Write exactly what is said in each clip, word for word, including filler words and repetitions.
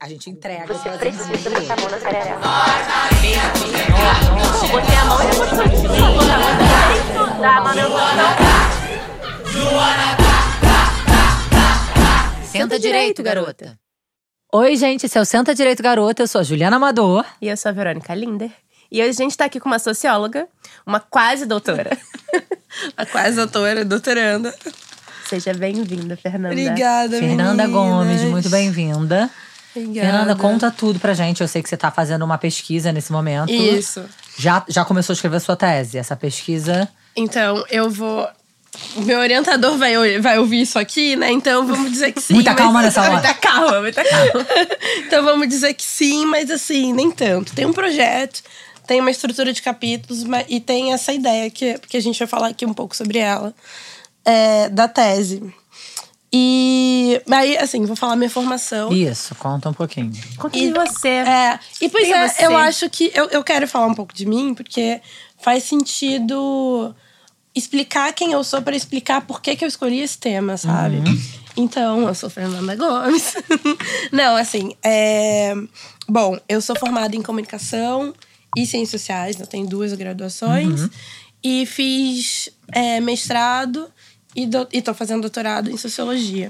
A gente entrega. Você precisa botar a mão na sararela. Botei a mão e depois continuei. Tem que dar a manutenção. Senta direito, garota. Oi, gente, esse é o Senta Direito, Garota. Eu sou a Juliana Amador. E eu sou a Verônica Linder. E hoje a gente tá aqui com uma socióloga, uma quase doutora. A quase doutora, doutoranda. Seja bem-vinda, Fernanda. Obrigada, Fernanda meninas. Gomes, muito bem-vinda. Obrigada. Fernanda, conta tudo pra gente. Eu sei que você tá fazendo uma pesquisa nesse momento. Isso. Já, já começou a escrever a sua tese. Essa pesquisa… Então, eu vou… O meu orientador vai, vai ouvir isso aqui, né? Então, vamos dizer que sim. Muita mas... calma nessa hora. Muita calma, muita calma. Então, vamos dizer que sim, mas assim, nem tanto. Tem um projeto, tem uma estrutura de capítulos mas, e tem essa ideia que, que a gente vai falar aqui um pouco sobre ela, é, da tese. E aí, assim, vou falar minha formação. Isso, conta um pouquinho. Conta E, de você. É, e pois Quem é é, você? eu acho que… Eu, eu quero falar um pouco de mim, porque faz sentido explicar quem eu sou para explicar por que, que eu escolhi esse tema, sabe? Uhum. Então, eu sou Fernanda Gomes. Não, assim, é… Bom, eu sou formada em comunicação e ciências sociais, eu tenho duas graduações. Uhum. E fiz é, mestrado e, do, e tô fazendo doutorado em sociologia.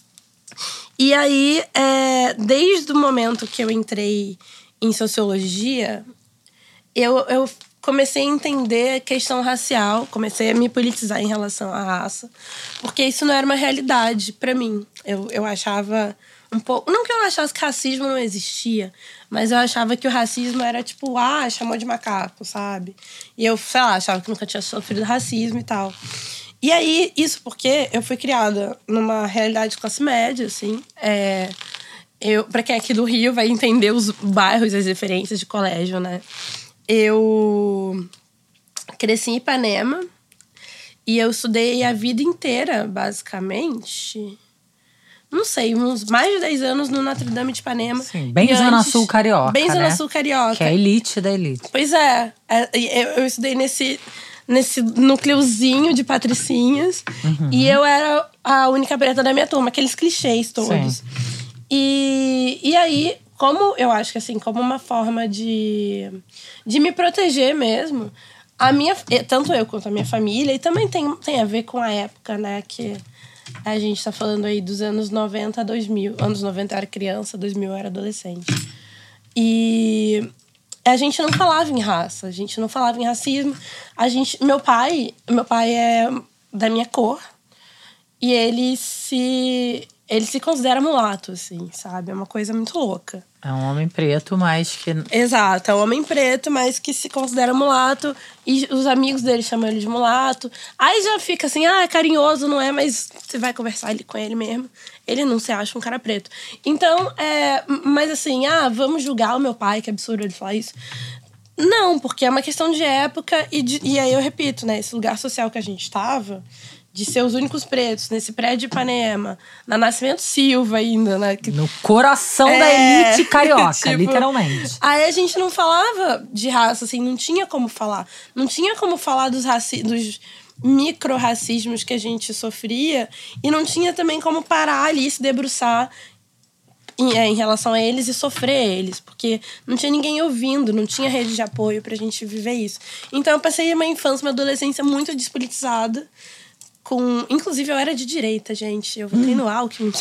E aí, é, desde o momento que eu entrei em sociologia, eu, eu comecei a entender a questão racial, comecei a me politizar em relação à raça, porque isso não era uma realidade pra mim. Eu, eu achava um pouco… Não que eu achasse que racismo não existia, mas eu achava que o racismo era tipo, ah, chamou de macaco, sabe? E eu, sei lá, achava que nunca tinha sofrido racismo e tal. E aí, isso porque eu fui criada numa realidade de classe média, assim. É, eu, pra quem é aqui do Rio vai entender os bairros e as referências de colégio, né? Eu cresci em Ipanema e eu estudei a vida inteira, basicamente… Não sei, uns mais de dez anos no Notre Dame de Ipanema. Sim, bem E Zona antes, Sul Carioca, Bem Zona né? Sul Carioca. Que é a elite da elite. Pois é. é eu, eu estudei nesse… Nesse núcleozinho de patricinhas. Uhum. E eu era a única preta da minha turma. Aqueles clichês todos. Sim. E, e aí, como eu acho que assim, como uma forma de, de me proteger mesmo, a minha, tanto eu quanto a minha família, e também tem, tem a ver com a época, né, que a gente tá falando aí dos anos noventa a dois mil. Anos noventa eu era criança, dois mil eu era adolescente. E a gente não falava em raça, a gente não falava em racismo. A gente, meu pai, meu pai é da minha cor e ele se, ele se considera mulato, assim, sabe? É uma coisa muito louca. É um homem preto, mas que… Exato, é um homem preto, mas que se considera mulato. E os amigos dele chamam ele de mulato. Aí já fica assim, ah, é carinhoso, não é? Mas você vai conversar com ele mesmo. Ele não se acha um cara preto. Então, é… Mas assim, ah, vamos julgar o meu pai, que absurdo ele falar isso. Não, porque é uma questão de época. E, de, e aí eu repito, né? Esse lugar social que a gente estava… De ser os únicos pretos nesse prédio de Ipanema, na Nascimento Silva ainda, né? No coração é, da elite carioca, tipo, literalmente. Aí a gente não falava de raça, assim, não tinha como falar. Não tinha como falar dos, raci- dos micro-racismos que a gente sofria. E não tinha também como parar ali e se debruçar em, é, em relação a eles e sofrer eles. Porque não tinha ninguém ouvindo, não tinha rede de apoio pra gente viver isso. Então eu passei uma infância, uma adolescência muito despolitizada. Com… Inclusive, eu era de direita, gente. Eu votei hum. no Alckmin.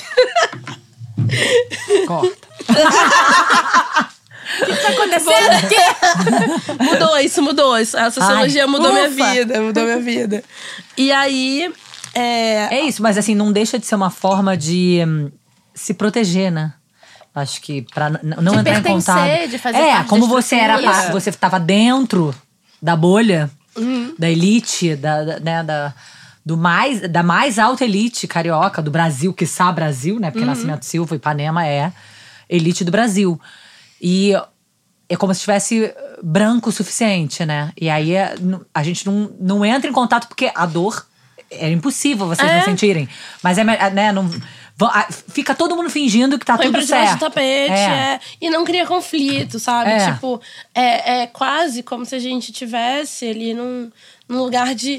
Corta. O que tá acontecendo aqui? Mudou, isso mudou. A sociologia Ai, mudou ufa. minha vida. Mudou minha vida. E aí… É... é isso, mas assim, não deixa de ser uma forma de hum, se proteger, né? Acho que pra n- não de entrar em contato… de fazer É, parte como da você era… estrutura. Pa- você tava dentro da bolha, Uhum. da elite, da, da, né, da, do mais, da mais alta elite carioca do Brasil, quiçá Brasil, né? Porque Uhum. Nascimento Silva e Ipanema é elite do Brasil. E é como se tivesse branco o suficiente, né? E aí a gente não, não entra em contato porque a dor é impossível vocês É. não sentirem. Mas é, né, não, fica todo mundo fingindo que tá Põe tudo pra debaixo certo. do tapete. É. É. E não cria conflito, sabe? É. Tipo, é, é quase como se a gente tivesse ali num, num lugar de…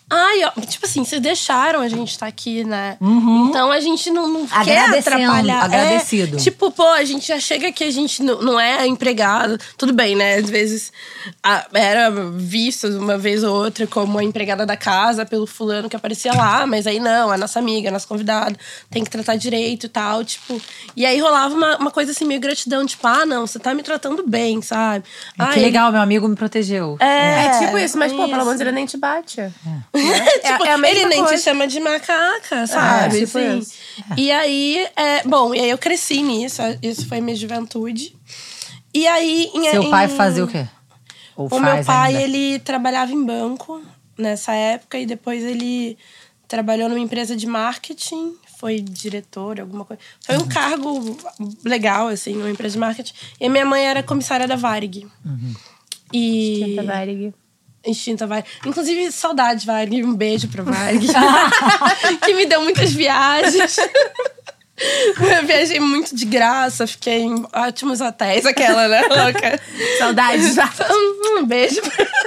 Ai, ó, tipo assim, vocês deixaram a gente estar aqui, né? Uhum. Então a gente não, não quer Agradecendo, atrapalhar. agradecido. É, tipo, pô, a gente já chega aqui, a gente não, não é empregado. Tudo bem, né? Às vezes a, era visto uma vez ou outra como a empregada da casa pelo fulano que aparecia lá, mas aí não, é nossa amiga, é nosso convidado, tem que tratar direito e tal, tipo. E aí rolava uma, uma coisa assim, meio gratidão, tipo, ah, não, você tá me tratando bem, sabe? Que Ai, legal, meu amigo me protegeu. É, É tipo isso, mas, pô, isso. pelo menos ele nem te bate. É. tipo, é a mesma ele nem coisa. te chama de macaca, sabe? É, tipo assim. isso. E aí, é, bom, e aí eu cresci nisso, isso foi minha juventude. E aí. Em, Seu em, pai fazia o quê? Ou O faz meu pai, ainda? ele trabalhava em banco nessa época e depois ele trabalhou numa empresa de marketing, foi diretor, alguma coisa. Foi um Uhum. cargo legal, assim, numa empresa de marketing. E a minha mãe era comissária da Varig. Uhum. E. Extinta Varig. Extinta Varig. Inclusive, saudade, Varig. Um beijo pra Varig. que me deu muitas viagens. Eu viajei muito de graça, fiquei em ótimos hotéis, aquela, né, louca? Saudades. Um, um beijo.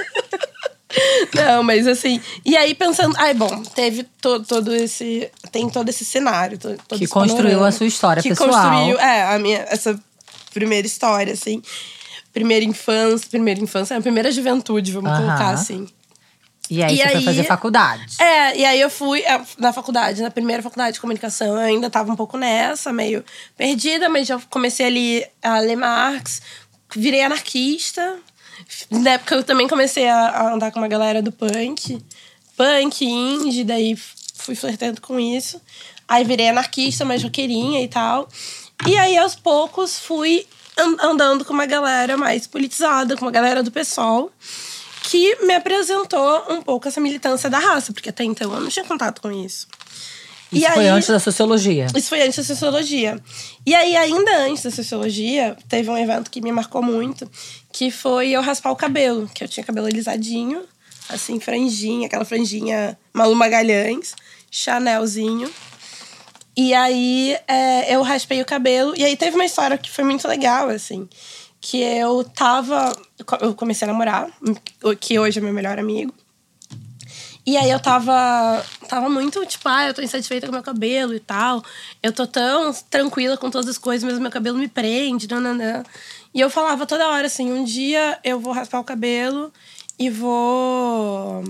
Não, mas assim... E aí, pensando... Ai, bom, teve todo, todo esse... Tem todo esse cenário. Todo, todo Que esse construiu panorama. a sua história que pessoal. Que construiu, é, a minha... Essa primeira história, assim. Primeira infância... Primeira infância... A primeira juventude, vamos Aham. colocar assim. E aí E você foi aí- fazer faculdade. É, e aí eu fui é, na faculdade, na primeira faculdade de comunicação. Eu ainda tava um pouco nessa, meio perdida, mas já comecei ali a ler Marx, virei anarquista. Na época eu também comecei a, a andar com uma galera do punk, punk, indie, daí fui flertando com isso. Aí virei anarquista, mais roqueirinha e tal. E aí aos poucos fui an- andando com uma galera mais politizada, com uma galera do PSOL. Que me apresentou um pouco essa militância da raça, porque até então eu não tinha contato com isso. Isso e foi aí, antes da sociologia. Isso foi antes da sociologia. E aí, ainda antes da sociologia, teve um evento que me marcou muito, que foi eu raspar o cabelo, que eu tinha cabelo alisadinho, assim, franjinha, aquela franjinha Malu Magalhães, Chanelzinho. E aí, é, eu raspei o cabelo, e aí teve uma história que foi muito legal, assim, que eu tava... Eu comecei a namorar, que hoje é meu melhor amigo. E aí eu tava, tava muito, tipo, ah, eu tô insatisfeita com o meu cabelo e tal. Eu tô tão tranquila com todas as coisas, mas o meu cabelo me prende, nananã. E eu falava toda hora, assim, um dia eu vou raspar o cabelo e vou...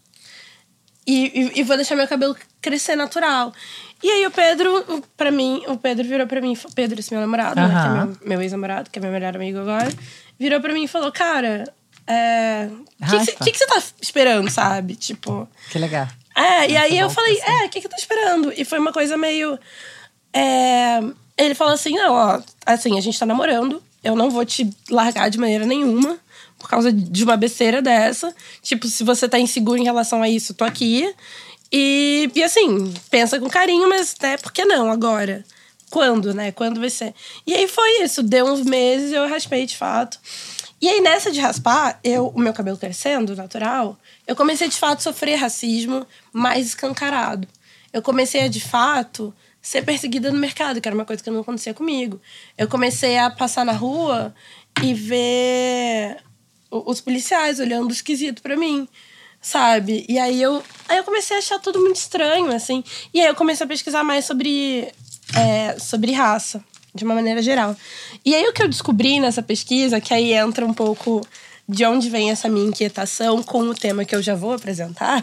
E, e, e vou deixar meu cabelo crescer natural. E aí o Pedro, pra mim, o Pedro virou pra mim... Pedro, esse meu namorado, né, que é Aham. meu, meu ex-namorado, que é meu melhor amigo agora. Virou pra mim e falou, cara... É... O que, que, Raspa. que, que você tá esperando, sabe? Tipo... Que legal. É, e aí eu bom falei, pra você. é, o que que eu tô esperando? E foi uma coisa meio... é, Ele falou assim, não, ó, assim, a gente tá namorando, eu não vou te largar de maneira nenhuma por causa de uma besteira dessa. Tipo, se você tá inseguro em relação a isso, tô aqui. E, e assim, pensa com carinho, mas, né, por que não agora? Quando, né? Quando vai ser? E aí foi isso, deu uns meses, eu raspei de fato. E aí, nessa de raspar, eu, o meu cabelo crescendo, natural, eu comecei, de fato, a sofrer racismo mais escancarado. Eu comecei a, de fato, ser perseguida no mercado, que era uma coisa que não acontecia comigo. Eu comecei a passar na rua e ver o- os policiais olhando esquisito pra mim, sabe? E aí eu, aí eu comecei a achar tudo muito estranho, assim. E aí eu comecei a pesquisar mais sobre, é, sobre raça, de uma maneira geral. E aí o que eu descobri nessa pesquisa, que aí entra um pouco de onde vem essa minha inquietação com o tema que eu já vou apresentar,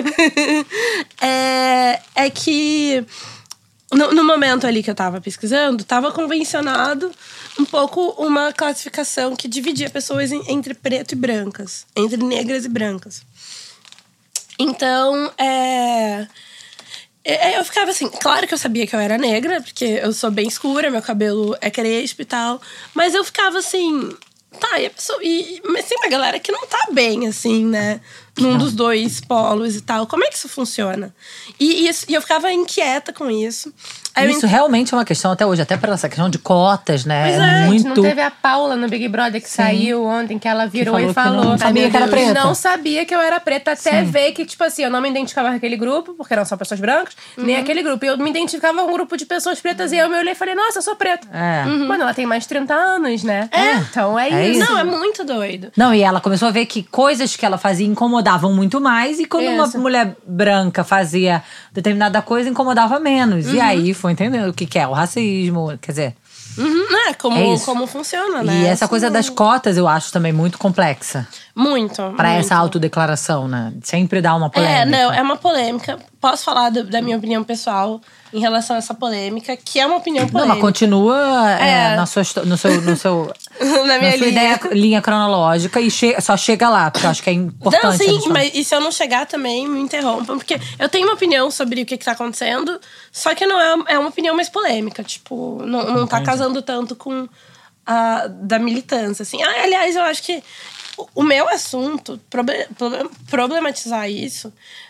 é, é que no, no momento ali que eu tava pesquisando, tava convencionado um pouco uma classificação que dividia pessoas em- entre preto e brancas, entre negras e brancas. Então, é... é, Eu ficava assim, claro que eu sabia que eu era negra, porque eu sou bem escura, meu cabelo é crespo e tal. Mas eu ficava assim, tá, e a pessoa. E, mas tem uma galera que não tá bem, assim, né? Num dos dois polos e tal. Como é que isso funciona? E, isso, e eu ficava inquieta com isso. Aí eu Isso realmente é uma questão até hoje, até pela essa questão de cotas, né? Pois é é, A gente muito. não teve a Paula no Big Brother que saiu ontem, que ela virou falou e que não falou. sabia "Ai, meu que era Deus, preta." Não sabia que eu era preta, até Sim. ver que, tipo assim, eu não me identificava com aquele grupo, porque não são pessoas brancas, nem aquele grupo. E eu me identificava com um grupo de pessoas pretas e eu me olhei e falei, nossa, eu sou preta. É. Mano, ela tem mais de trinta anos, né? É. Então é, É isso. isso. Não, é muito doido. Não, e ela começou a ver que coisas que ela fazia incomodavam muito mais. E quando Isso. uma mulher branca fazia determinada coisa, incomodava menos. E aí foi entendendo o que, que é o racismo. Quer dizer… Uhum, é, como, É isso. como funciona, né? E essa Assim, coisa das cotas eu acho também muito complexa. Muito. Pra muito. essa autodeclaração, né? Sempre dá uma polêmica. É, não, é uma polêmica. Posso falar do- da minha opinião pessoal em relação a essa polêmica, que é uma opinião Não, polêmica. mas continua é, É. na sua, histó- no seu, no seu, Na minha na sua linha. ideia, linha cronológica e che- só chega lá, porque eu acho que é importante. Não, a sim, gente falar. mas e se eu não chegar também, me interrompam. Porque eu tenho uma opinião sobre o que, que tá acontecendo, só que não é, é uma opinião mais polêmica. Tipo, não, não tá Entendi. casando tanto com a da militância, assim. Ah, aliás, eu acho que o, o meu assunto, proble- proble- problematizar isso,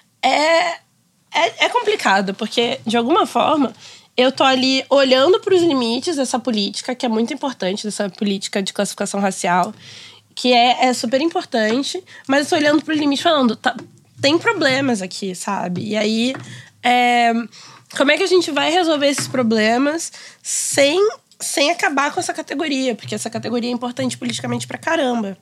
é, é, é complicado. Porque, de alguma forma, eu tô ali olhando pros limites dessa política, que é muito importante, dessa política de classificação racial, que é, é super importante, mas eu tô olhando pro limite falando, tá, tem problemas aqui, sabe? E aí, é, como é que a gente vai resolver esses problemas sem, sem acabar com essa categoria? Porque essa categoria é importante politicamente pra caramba.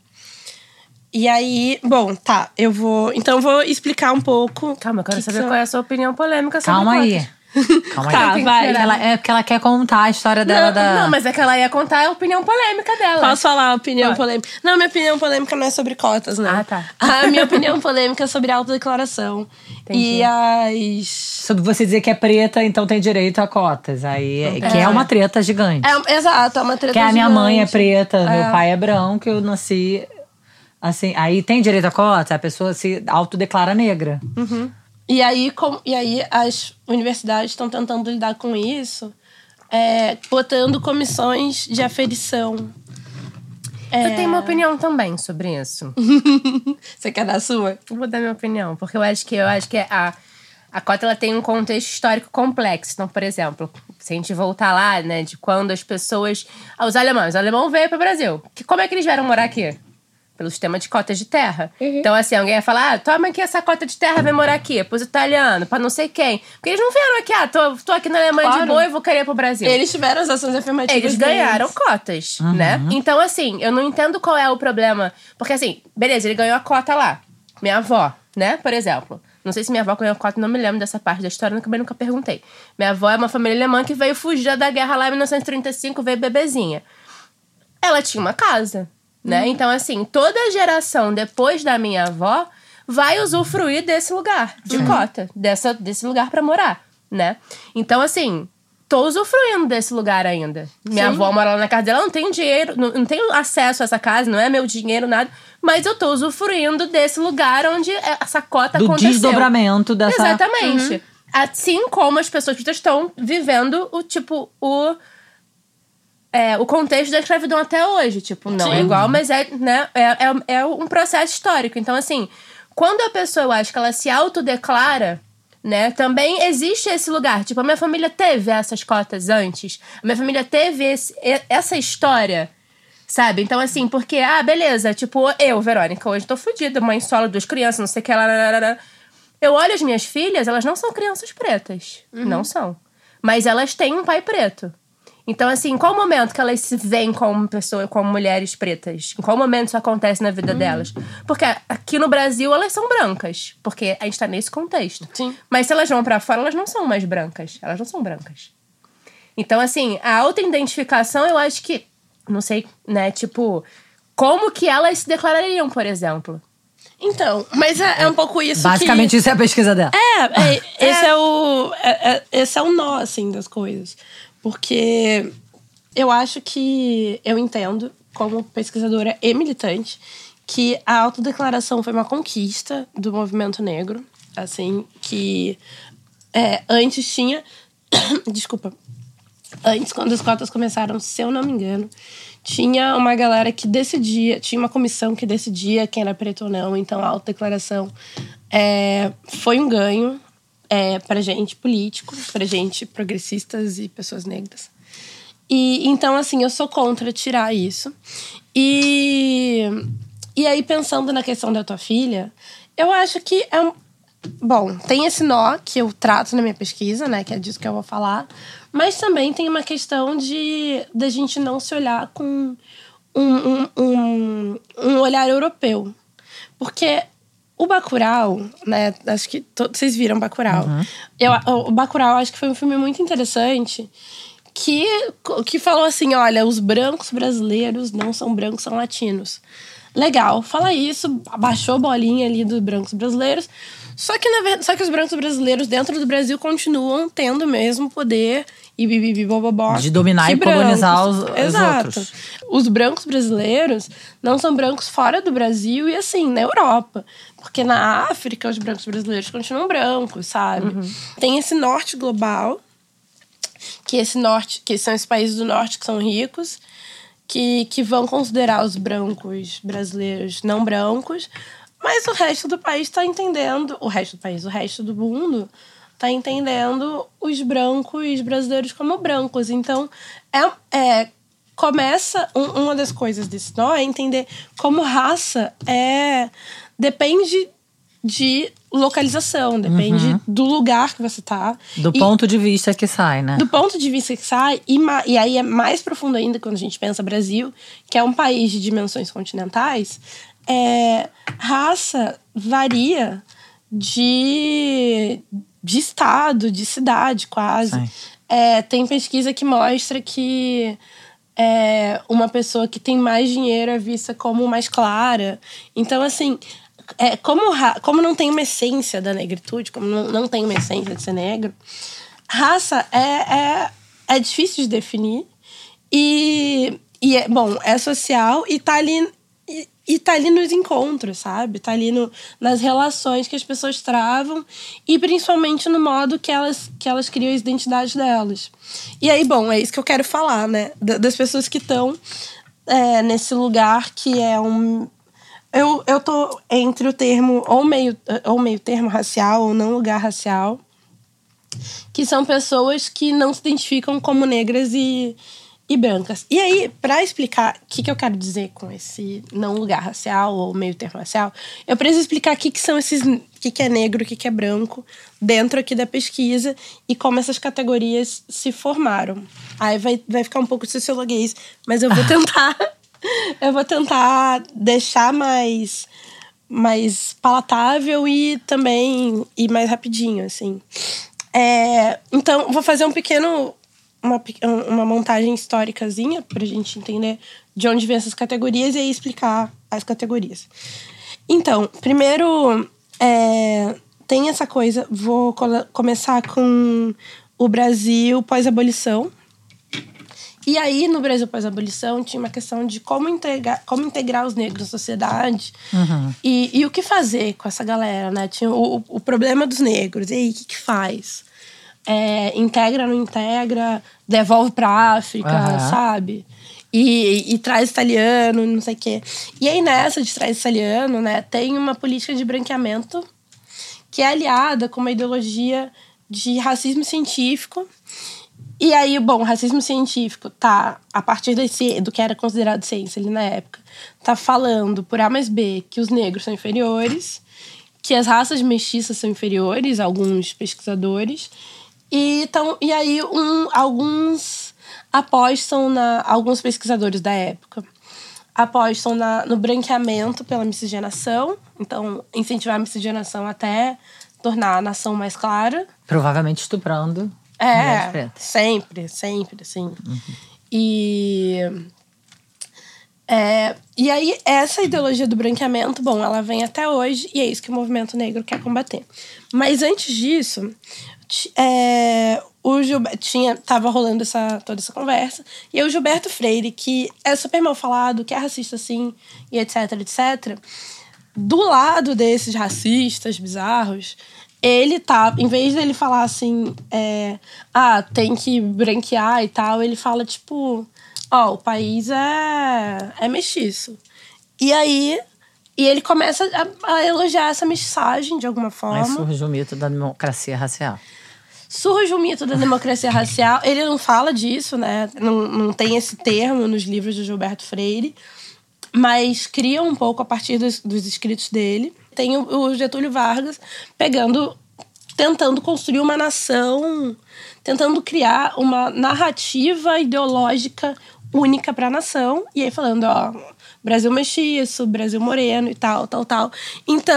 E aí, bom, tá, eu vou… Então eu vou explicar um pouco… Calma, eu quero que que saber são- qual é a sua opinião polêmica sobre Calma aí. cotas. Calma Tá, aí. vai. Ela, é porque ela quer contar a história dela Não, da. não, mas é que ela ia contar a opinião polêmica dela. Posso falar a opinião Pode. polêmica? Não, minha opinião polêmica não é sobre cotas, né? Ah, tá. A minha opinião polêmica é sobre a autodeclaração. Entendi. E as… Sobre você dizer que é preta, então tem direito a cotas. Aí, que é uma treta gigante. É, exato, é uma treta que a minha gigante. mãe é preta, É. meu pai é branco, eu nasci. Assim, aí tem direito a cota, a pessoa se autodeclara negra. E aí, com, e aí as universidades estão tentando lidar com isso, é, botando comissões de aferição. É, Eu tenho uma opinião também sobre isso. Você quer dar a sua? Eu vou dar minha opinião, porque eu acho que eu acho que a, a cota ela tem um contexto histórico complexo. Então, por exemplo, se a gente voltar lá, né, de quando as pessoas. Ah, os alemães, os alemães veio para o Brasil. Que, como é que eles vieram morar aqui? Pelo sistema de cotas de terra. Então, assim, alguém ia falar: ah, toma aqui essa cota de terra, vem morar aqui. Pros italianos, pra não sei quem. Porque eles não vieram aqui, ah, tô, tô aqui na Alemanha Claro. de boa e vou querer ir pro Brasil. Eles tiveram as ações afirmativas Eles deles. ganharam cotas, né? Então, assim, eu não entendo qual é o problema. Porque, assim, beleza, ele ganhou a cota lá. Minha avó, né? Por exemplo. Não sei se minha avó ganhou a cota, não me lembro dessa parte da história, nunca, nunca perguntei. Minha avó é uma família alemã que veio fugir da guerra lá em mil novecentos e trinta e cinco, veio bebezinha. Ela tinha uma casa, né? Então, assim, toda a geração depois da minha avó vai usufruir desse lugar de cota, dessa, desse lugar pra morar, né? Então, assim, tô usufruindo desse lugar ainda. Minha Sim. avó mora lá na casa dela, não tenho dinheiro, não, não tenho acesso a essa casa, não é meu dinheiro, nada. Mas eu tô usufruindo desse lugar onde essa cota Do aconteceu. desdobramento dessa. Exatamente. Assim como as pessoas pretas estão vivendo o tipo, o. É, o contexto da escravidão até hoje. Tipo, não Sim. é igual, mas é, né, é, é, é um processo histórico. Então, assim, quando a pessoa, eu acho que ela se autodeclara, né, também existe esse lugar. Tipo, a minha família teve essas cotas antes. A minha família teve esse, e- essa história, sabe? Então, assim, porque, ah, beleza, tipo, eu, Verônica, hoje tô fodida, mãe solo, duas crianças, não sei o que lá, lá, lá, lá, lá. Eu olho as minhas filhas, elas não são crianças pretas. Não são. Mas elas têm um pai preto. Então, assim, em qual momento que elas se veem como pessoa, como mulheres pretas? Em qual momento isso acontece na vida delas? Porque aqui no Brasil elas são brancas. Porque a gente tá nesse contexto. Sim. Mas se elas vão pra fora, elas não são mais brancas. Elas não são brancas. Então, assim, a autoidentificação, eu acho que... Não sei, né? Tipo, como que elas se declarariam, por exemplo? Então, mas é, é um pouco isso Basicamente, que… isso é a pesquisa dela. É, é, esse é o… É, é- esse é o nó, assim, das coisas. Porque eu acho que… Eu entendo, como pesquisadora e militante, que a autodeclaração foi uma conquista do movimento negro. Assim, que é, antes tinha… Desculpa. Antes, quando as cotas começaram, se eu não me engano, tinha uma galera que decidia, tinha uma comissão que decidia quem era preto ou não. Então, a autodeclaração é, foi um ganho é, pra gente político, pra gente progressistas e pessoas negras. E então, assim, eu sou contra tirar isso. E, e aí, pensando na questão da tua filha, eu acho que é um… Bom, tem esse nó que eu trato na minha pesquisa, né? Que é disso que eu vou falar. Mas também tem uma questão de da gente não se olhar com um, um, um, um olhar europeu. Porque O Bacurau, né? Acho que todos vocês viram Bacurau. Uhum. Eu, o Bacurau, acho que foi um filme muito interessante que, que falou assim, olha, os brancos brasileiros não são brancos, são latinos. Legal, fala isso, abaixou a bolinha ali dos brancos brasileiros. Só que, na verdade, só que os brancos brasileiros dentro do Brasil continuam tendo o mesmo poder e bibibi bobobó de dominar e brancos. colonizar os, os Exato. outros. Os brancos brasileiros não são brancos fora do Brasil e assim, na Europa. Porque na África, os brancos brasileiros continuam brancos, sabe? Uhum. Tem esse norte global, que esse norte, que são esses países do norte que são ricos, que, que vão considerar os brancos brasileiros não brancos, mas o resto do país está entendendo, o resto do país, o resto do mundo tá entendendo os brancos brasileiros como brancos. Então, é, é, começa... Um, uma das coisas desse nó é entender como raça é, depende de localização, depende uhum. do lugar que você tá. Do e, ponto de vista que sai, né? Do ponto de vista que sai. E, e aí é mais profundo ainda quando a gente pensa Brasil, que é um país de dimensões continentais. É, raça varia de... de estado, de cidade, quase. É, tem pesquisa que mostra que é, uma pessoa que tem mais dinheiro é vista como mais clara. Então, assim, é, como, como não tem uma essência da negritude, como não, não tem uma essência de ser negro, raça é, é, é difícil de definir. E, e é, bom, é social e tá ali... E, E tá ali nos encontros, sabe? Tá ali no, nas relações que as pessoas travam e principalmente no modo que elas, que elas criam a identidade delas. E aí, bom, é isso que eu quero falar, né? Das pessoas que estão é, nesse lugar que é um... Eu, eu tô entre o termo ou meio, ou meio termo racial ou não lugar racial, que são pessoas que não se identificam como negras e... e brancas. E aí, para explicar o que, que eu quero dizer com esse não lugar racial ou meio termo racial, eu preciso explicar o que, que são esses... o que, que é negro, o que, que é branco, dentro aqui da pesquisa e como essas categorias se formaram. Aí vai, vai ficar um pouco de sociologuês, mas eu vou tentar... eu vou tentar deixar mais, mais palatável e também ir mais rapidinho, assim. É, então, vou fazer um pequeno... Uma, uma montagem históricazinha pra gente entender de onde vem essas categorias e aí explicar as categorias. Então, primeiro, é, tem essa coisa... Vou co- começar com o Brasil pós-abolição. E aí, no Brasil pós-abolição, tinha uma questão de como integrar, como integrar os negros na sociedade uhum. e, e o que fazer com essa galera, né? Tinha o, o problema dos negros. E aí, o que, que faz? É, integra, não integra, devolve pra África, uhum. sabe? E, e, e traz italiano, não sei o quê. E aí, nessa de traz italiano, né, tem uma política de branqueamento que é aliada com uma ideologia de racismo científico. E aí, bom, o racismo científico tá, a partir desse, do que era considerado ciência ali na época, tá falando por A mais B que os negros são inferiores, que as raças mestiças são inferiores, alguns pesquisadores. E, então, e aí, um, alguns apostam, na, alguns pesquisadores da época, apostam na, no branqueamento pela miscigenação. Então, incentivar a miscigenação até tornar a nação mais clara. Provavelmente estuprando. É, sempre, sempre, assim. Uhum. E... É, e aí, essa ideologia do branqueamento, bom, ela vem até hoje e é isso que o movimento negro quer combater. Mas antes disso... É, o Gilberto tinha, tava rolando essa, toda essa conversa e aí o Gilberto Freire, que é super mal falado, que é racista sim e etc, etc, do lado desses racistas bizarros, ele tá, em vez dele falar assim é, ah, tem que branquear e tal, ele fala tipo, ó, oh, o país é, é mestiço. E aí E ele começa a, a elogiar essa mensagem de alguma forma. Aí surge o mito da democracia racial. Surge o mito da democracia racial. Ele não fala disso, né? Não, não tem esse termo nos livros do Gilberto Freire. Mas cria um pouco a partir dos, dos escritos dele. Tem o, o Getúlio Vargas pegando... Tentando construir uma nação... Tentando criar uma narrativa ideológica única para a nação. E aí falando, ó... Brasil mestiço, Brasil moreno e tal, tal, tal. Então,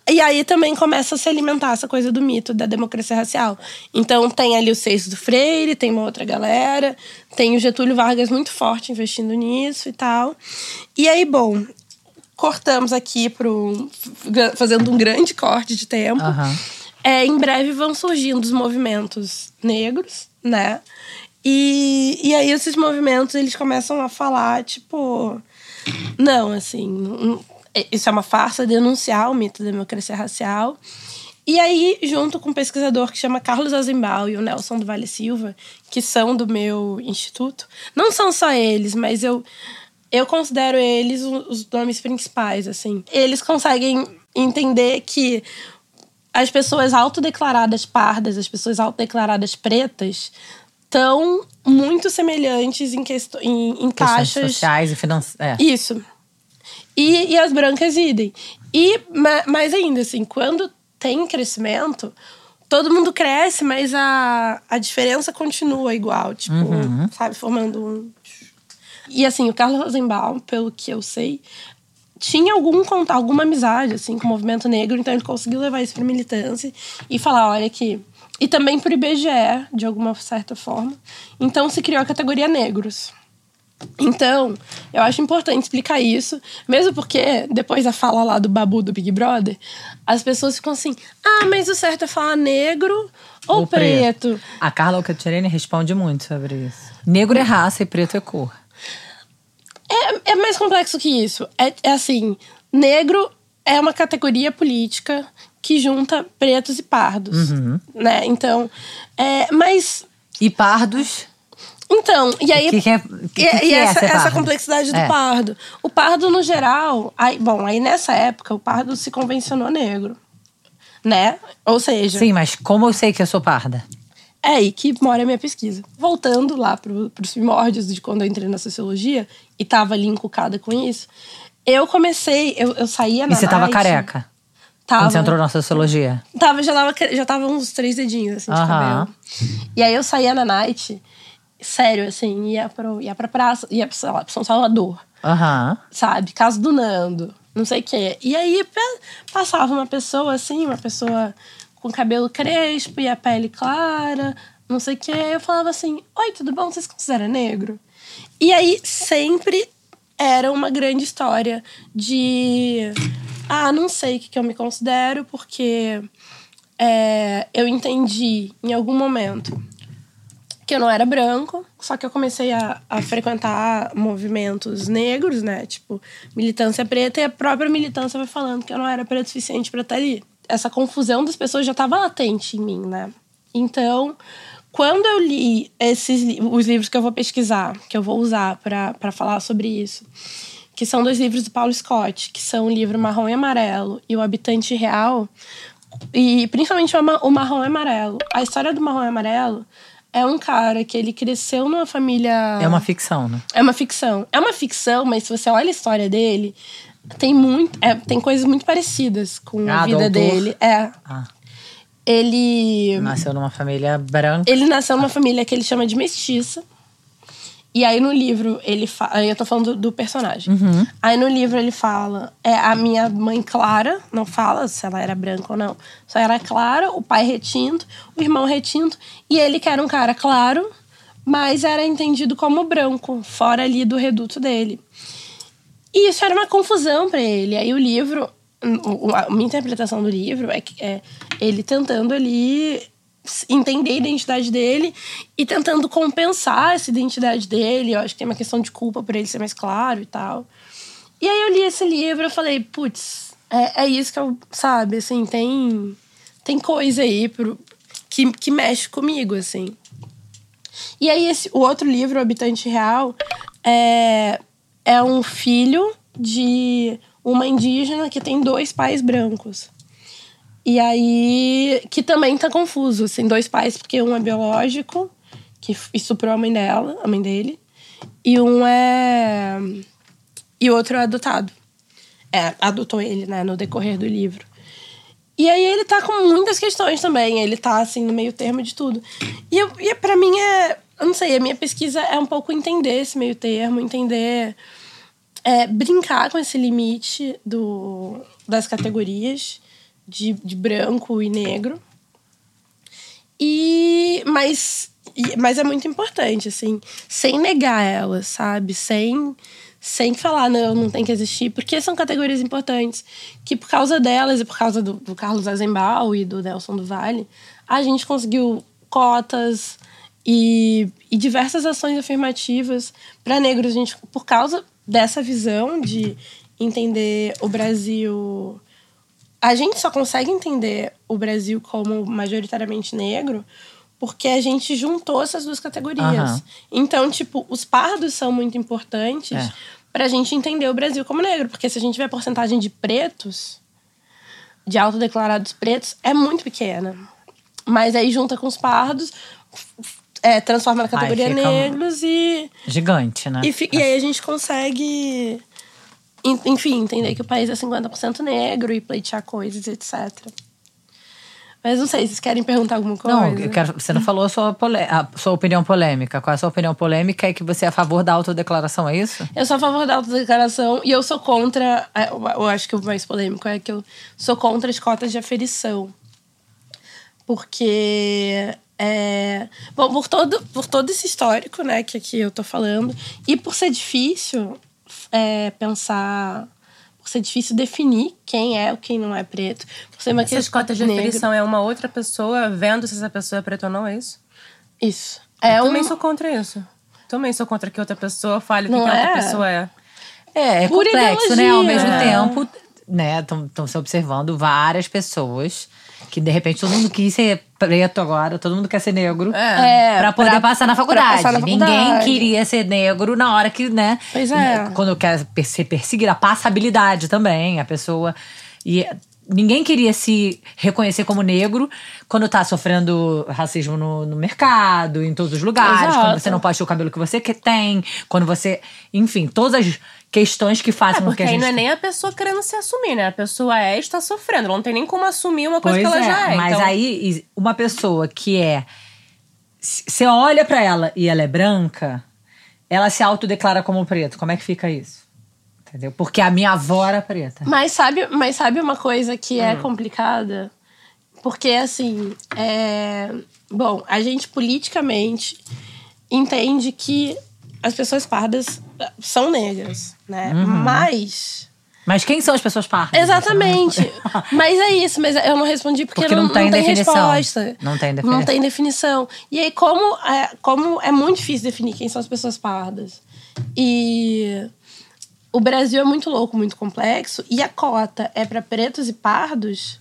E aí também começa a se alimentar essa coisa do mito da democracia racial. Então tem ali o Seixas do Freire, tem uma outra galera, tem o Getúlio Vargas muito forte investindo nisso e tal. E aí, bom, cortamos aqui pro, fazendo um grande corte de tempo. Uhum. É, em breve vão surgindo os movimentos negros, né? E, e aí esses movimentos, eles começam a falar, tipo... Não, assim... Não, isso é uma farsa, denunciar o mito da democracia racial. E aí, junto com um pesquisador que chama Carlos Azenbaum e o Nelson do Vale Silva, que são do meu instituto, não são só eles, mas eu, eu considero eles os nomes principais, assim. Eles conseguem entender que as pessoas autodeclaradas pardas, as pessoas autodeclaradas pretas, estão muito semelhantes em, quest... em, em Questões taxas... sociais e financeiras. É. Isso. E, e as brancas idem. E, mas ainda, assim, quando tem crescimento, todo mundo cresce, mas a, a diferença continua igual. Tipo, uhum. sabe, formando um... E, assim, o Carlos Rosenbaum, pelo que eu sei, tinha algum contato, alguma amizade, assim, com o movimento negro. Então, ele conseguiu levar isso pra militância e falar, olha aqui... E também pro I B G E, de alguma certa forma. Então, se criou a categoria negros. Então, eu acho importante explicar isso, mesmo porque, depois da fala lá do Babu do Big Brother, as pessoas ficam assim, ah, mas o certo é falar negro ou, ou preto? preto? A Carla Alcatirene responde muito sobre isso. Negro é raça e preto é cor. É, é mais complexo que isso. É, é assim, negro é uma categoria política que junta pretos e pardos, uhum. né? Então, é, mas... E pardos... Então, e aí... Que que é, que que e, e é essa, essa complexidade do é. pardo. O pardo, no geral... Aí, bom, aí nessa época, o pardo se convencionou negro. Né? Ou seja... Sim, mas como eu sei que eu sou parda? É aí que mora a minha pesquisa. Voltando lá pro, pros primórdios de quando eu entrei na sociologia, e tava ali encucada com isso, eu comecei... Eu, eu saía na E você tava night, careca? Tava. Quando você entrou na sociologia? Tava, já tava, já tava uns três dedinhos, assim, de Aham. cabelo. E aí eu saía na night... Sério, assim, ia, pro, ia pra praça, ia pra, sei lá, pra São Salvador. Aham. Uhum. Sabe? Casa do Nando, não sei o quê. E aí passava uma pessoa, assim, uma pessoa com cabelo crespo e a pele clara, não sei o quê. Eu falava assim, oi, tudo bom? Você se considera negro? E aí sempre era uma grande história de... Ah, não sei o que, que eu me considero, porque é, eu entendi em algum momento... que eu não era branco, só que eu comecei a, a frequentar movimentos negros, né? Tipo, militância preta, e a própria militância vai falando que eu não era preta o suficiente pra estar ali. Essa confusão das pessoas já estava latente em mim, né? Então, quando eu li esses, os livros que eu vou pesquisar, que eu vou usar pra, pra falar sobre isso, que são dois livros do Paulo Scott, que são o livro Marrom e Amarelo e O Habitante Real, e principalmente o Marrom e Amarelo. A história do Marrom e Amarelo é um cara que ele cresceu numa família... É uma ficção, né? É uma ficção. É uma ficção, mas se você olha a história dele, tem muito... É, tem coisas muito parecidas com ah, a vida dele. É. Ah. Ele... Nasceu numa família branca. Ele nasceu numa família que ele chama de mestiça. E aí no livro ele fala... Aí eu tô falando do, do personagem. Uhum. Aí no livro ele fala... É a minha mãe Clara, não fala se ela era branca ou não. Só era Clara, o pai retinto, o irmão retinto. E ele que era um cara claro, mas era entendido como branco, fora ali do reduto dele. E isso era uma confusão pra ele. Aí o livro... A minha interpretação do livro é, que, é ele tentando ali... entender a identidade dele e tentando compensar essa identidade dele. Eu acho que tem uma questão de culpa por ele ser mais claro e tal. E aí eu li esse livro e eu falei, putz, é, é isso que eu... Sabe, assim, tem, tem coisa aí pro, que, que mexe comigo, assim. E aí esse, o outro livro, O Habitante Real, é, é um filho de uma indígena que tem dois pais brancos. E aí, que também tá confuso, assim, dois pais, porque um é biológico, que estuprou a mãe dela, a mãe dele, e um é... e o outro é adotado. É, adotou ele, né, no decorrer do livro. E aí ele tá com muitas questões também, ele tá, assim, no meio termo de tudo. E, eu, e pra mim é... Eu não sei, a minha pesquisa é um pouco entender esse meio termo, entender... É, brincar com esse limite do, das categorias, de, de branco e negro. E, mas, e, mas é muito importante, assim, sem negar elas, sabe? Sem, sem falar, não, não tem que existir. Porque são categorias importantes que, por causa delas e por causa do, do Carlos Azenbaum e do Nelson do Valle, a gente conseguiu cotas e, e diversas ações afirmativas para negros. A gente, por causa dessa visão de entender o Brasil... A gente só consegue entender o Brasil como majoritariamente negro porque a gente juntou essas duas categorias. Uhum. Então, tipo, os pardos são muito importantes é. pra gente entender o Brasil como negro. Porque se a gente tiver porcentagem de pretos, de autodeclarados pretos, é muito pequena. Mas aí junta com os pardos, é, transforma na categoria Ai, negros e... Gigante, né? E, fi, e aí a gente consegue... Enfim, entender que o país é cinquenta por cento negro e pleitear coisas, etcétera. Mas não sei, vocês querem perguntar alguma coisa? Não, eu quero, você não falou a sua, polé- a sua opinião polêmica. Qual é a sua opinião polêmica? É que você é a favor da autodeclaração, é isso? Eu sou a favor da autodeclaração e eu sou contra... Eu acho que o mais polêmico é que eu sou contra as cotas de aferição. Porque... É, bom, por todo, por todo esse histórico, né, que aqui eu tô falando, e por ser difícil... É, pensar... Por ser difícil definir quem é ou quem não é preto. Por ser uma Essas cotas de aferição é uma outra pessoa vendo se essa pessoa é preta ou não, é isso? Isso. É Eu um... também sou contra isso. Também sou contra que outra pessoa fale o que, Não que a outra é? pessoa é. É, é Por complexo, né? ideologia. Ao mesmo É. tempo, né? Estão se observando várias pessoas que, de repente, todo mundo quis ser preto agora, todo mundo quer ser negro. É. É, Pra poder pra- passar na pra faculdade. passar na Ninguém faculdade. queria ser negro na hora que, né? Pois é. Quando quer per- ser perseguida, a passabilidade também, a pessoa. E ninguém queria se reconhecer como negro quando tá sofrendo racismo no, no mercado, em todos os lugares, Exato. quando você não pode ter o cabelo que você que- tem, quando você. Enfim, todas as questões que fazem É, com porque que a aí gente. não é nem a pessoa querendo se assumir, né? A pessoa é e está sofrendo. Ela não tem nem como assumir uma coisa Pois que ela já é. Mas então... aí, uma pessoa que é. Você olha pra ela e ela é branca, ela se autodeclara como preto. Como é que fica isso? Entendeu? Porque a minha avó era preta. Mas sabe, mas sabe uma coisa que é complicada? Porque, assim, é... Bom, a gente politicamente entende que as pessoas pardas são negras, né? Mas... Mas quem são as pessoas pardas? Exatamente. Mas é isso, mas eu não respondi porque, Porque não, não tem não tem definição. resposta. Não tem definição. Não tem definição. E aí, como é, como é muito difícil definir quem são as pessoas pardas. E o Brasil é muito louco, muito complexo. E a cota é para pretos e pardos.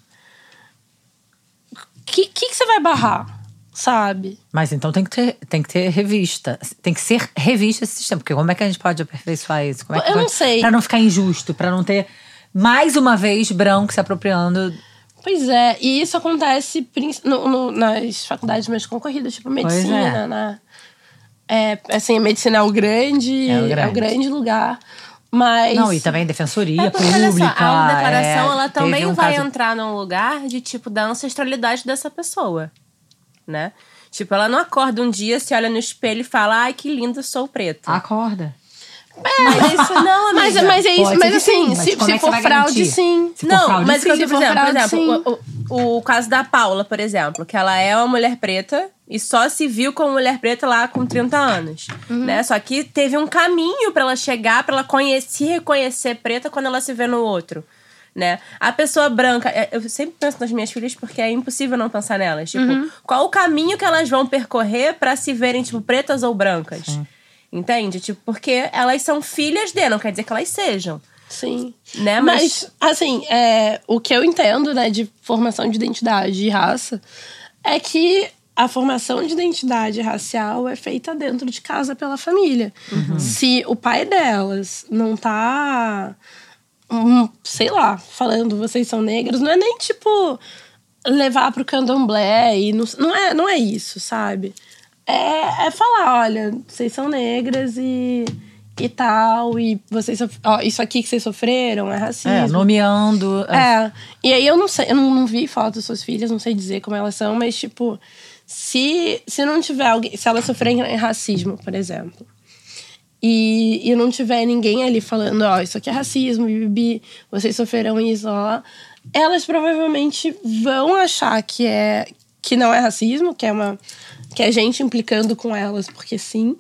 O que, que, que você vai barrar? Sabe? Mas então tem que, ter, tem que ter revista. Tem que ser revista esse sistema. Porque como é que a gente pode aperfeiçoar isso? Como é que Eu pode, não sei. Pra não ficar injusto, pra não ter, mais uma vez, branco se apropriando. Pois é, e isso acontece no, no, nas faculdades mais concorridas, tipo medicina, é. né? É, assim, a medicina é o grande, É o grande. é o grande lugar. Mas. Não, e também defensoria É porque, pública. olha só, a declaração, é, ela teve também um vai caso- entrar num lugar de, tipo, da ancestralidade dessa pessoa, né? Tipo, ela não acorda um dia, se olha no espelho e fala, ai, que linda, sou preta. Acorda. Mas isso não, Mas, amiga. mas é isso, Pode mas ser que assim, sim, mas se, como se é que for você vai fraude, garantir? sim. Se for Não, fraude, mas sim. que eu tô Se for dizendo, por fraude, exemplo, o, o, o caso da Paula, por exemplo, que ela é uma mulher preta e só se viu como mulher preta lá com trinta anos, né? Só que teve um caminho pra ela chegar, pra ela conhecer, reconhecer preta quando ela se vê no outro, né? A pessoa branca, eu sempre penso nas minhas filhas porque é impossível não pensar nelas, tipo, qual o caminho que elas vão percorrer pra se verem, tipo, pretas ou brancas? Sim. Entende? Tipo, porque elas são filhas de, não quer dizer que elas sejam. Sim. Né? Mas, assim, é, o que eu entendo, né, de formação de identidade e raça é que a formação de identidade racial é feita dentro de casa pela família. Se o pai delas não tá, hum, sei lá, falando vocês são negras, não é nem tipo levar pro candomblé e não, não, é, não é isso, sabe? É, é falar, olha, vocês são negras e, e tal, e vocês sof- ó, isso aqui que vocês sofreram é racismo. É, nomeando. É, e aí eu não sei, eu não, não vi foto das suas filhas, não sei dizer como elas são, mas tipo, se, se não tiver alguém, se elas sofrerem racismo, por exemplo, e, e não tiver ninguém ali falando, ó, isso aqui é racismo, bibi, vocês sofreram isso, ó, elas provavelmente vão achar que, é, que não é racismo, que é, uma, que é gente implicando com elas, porque sim.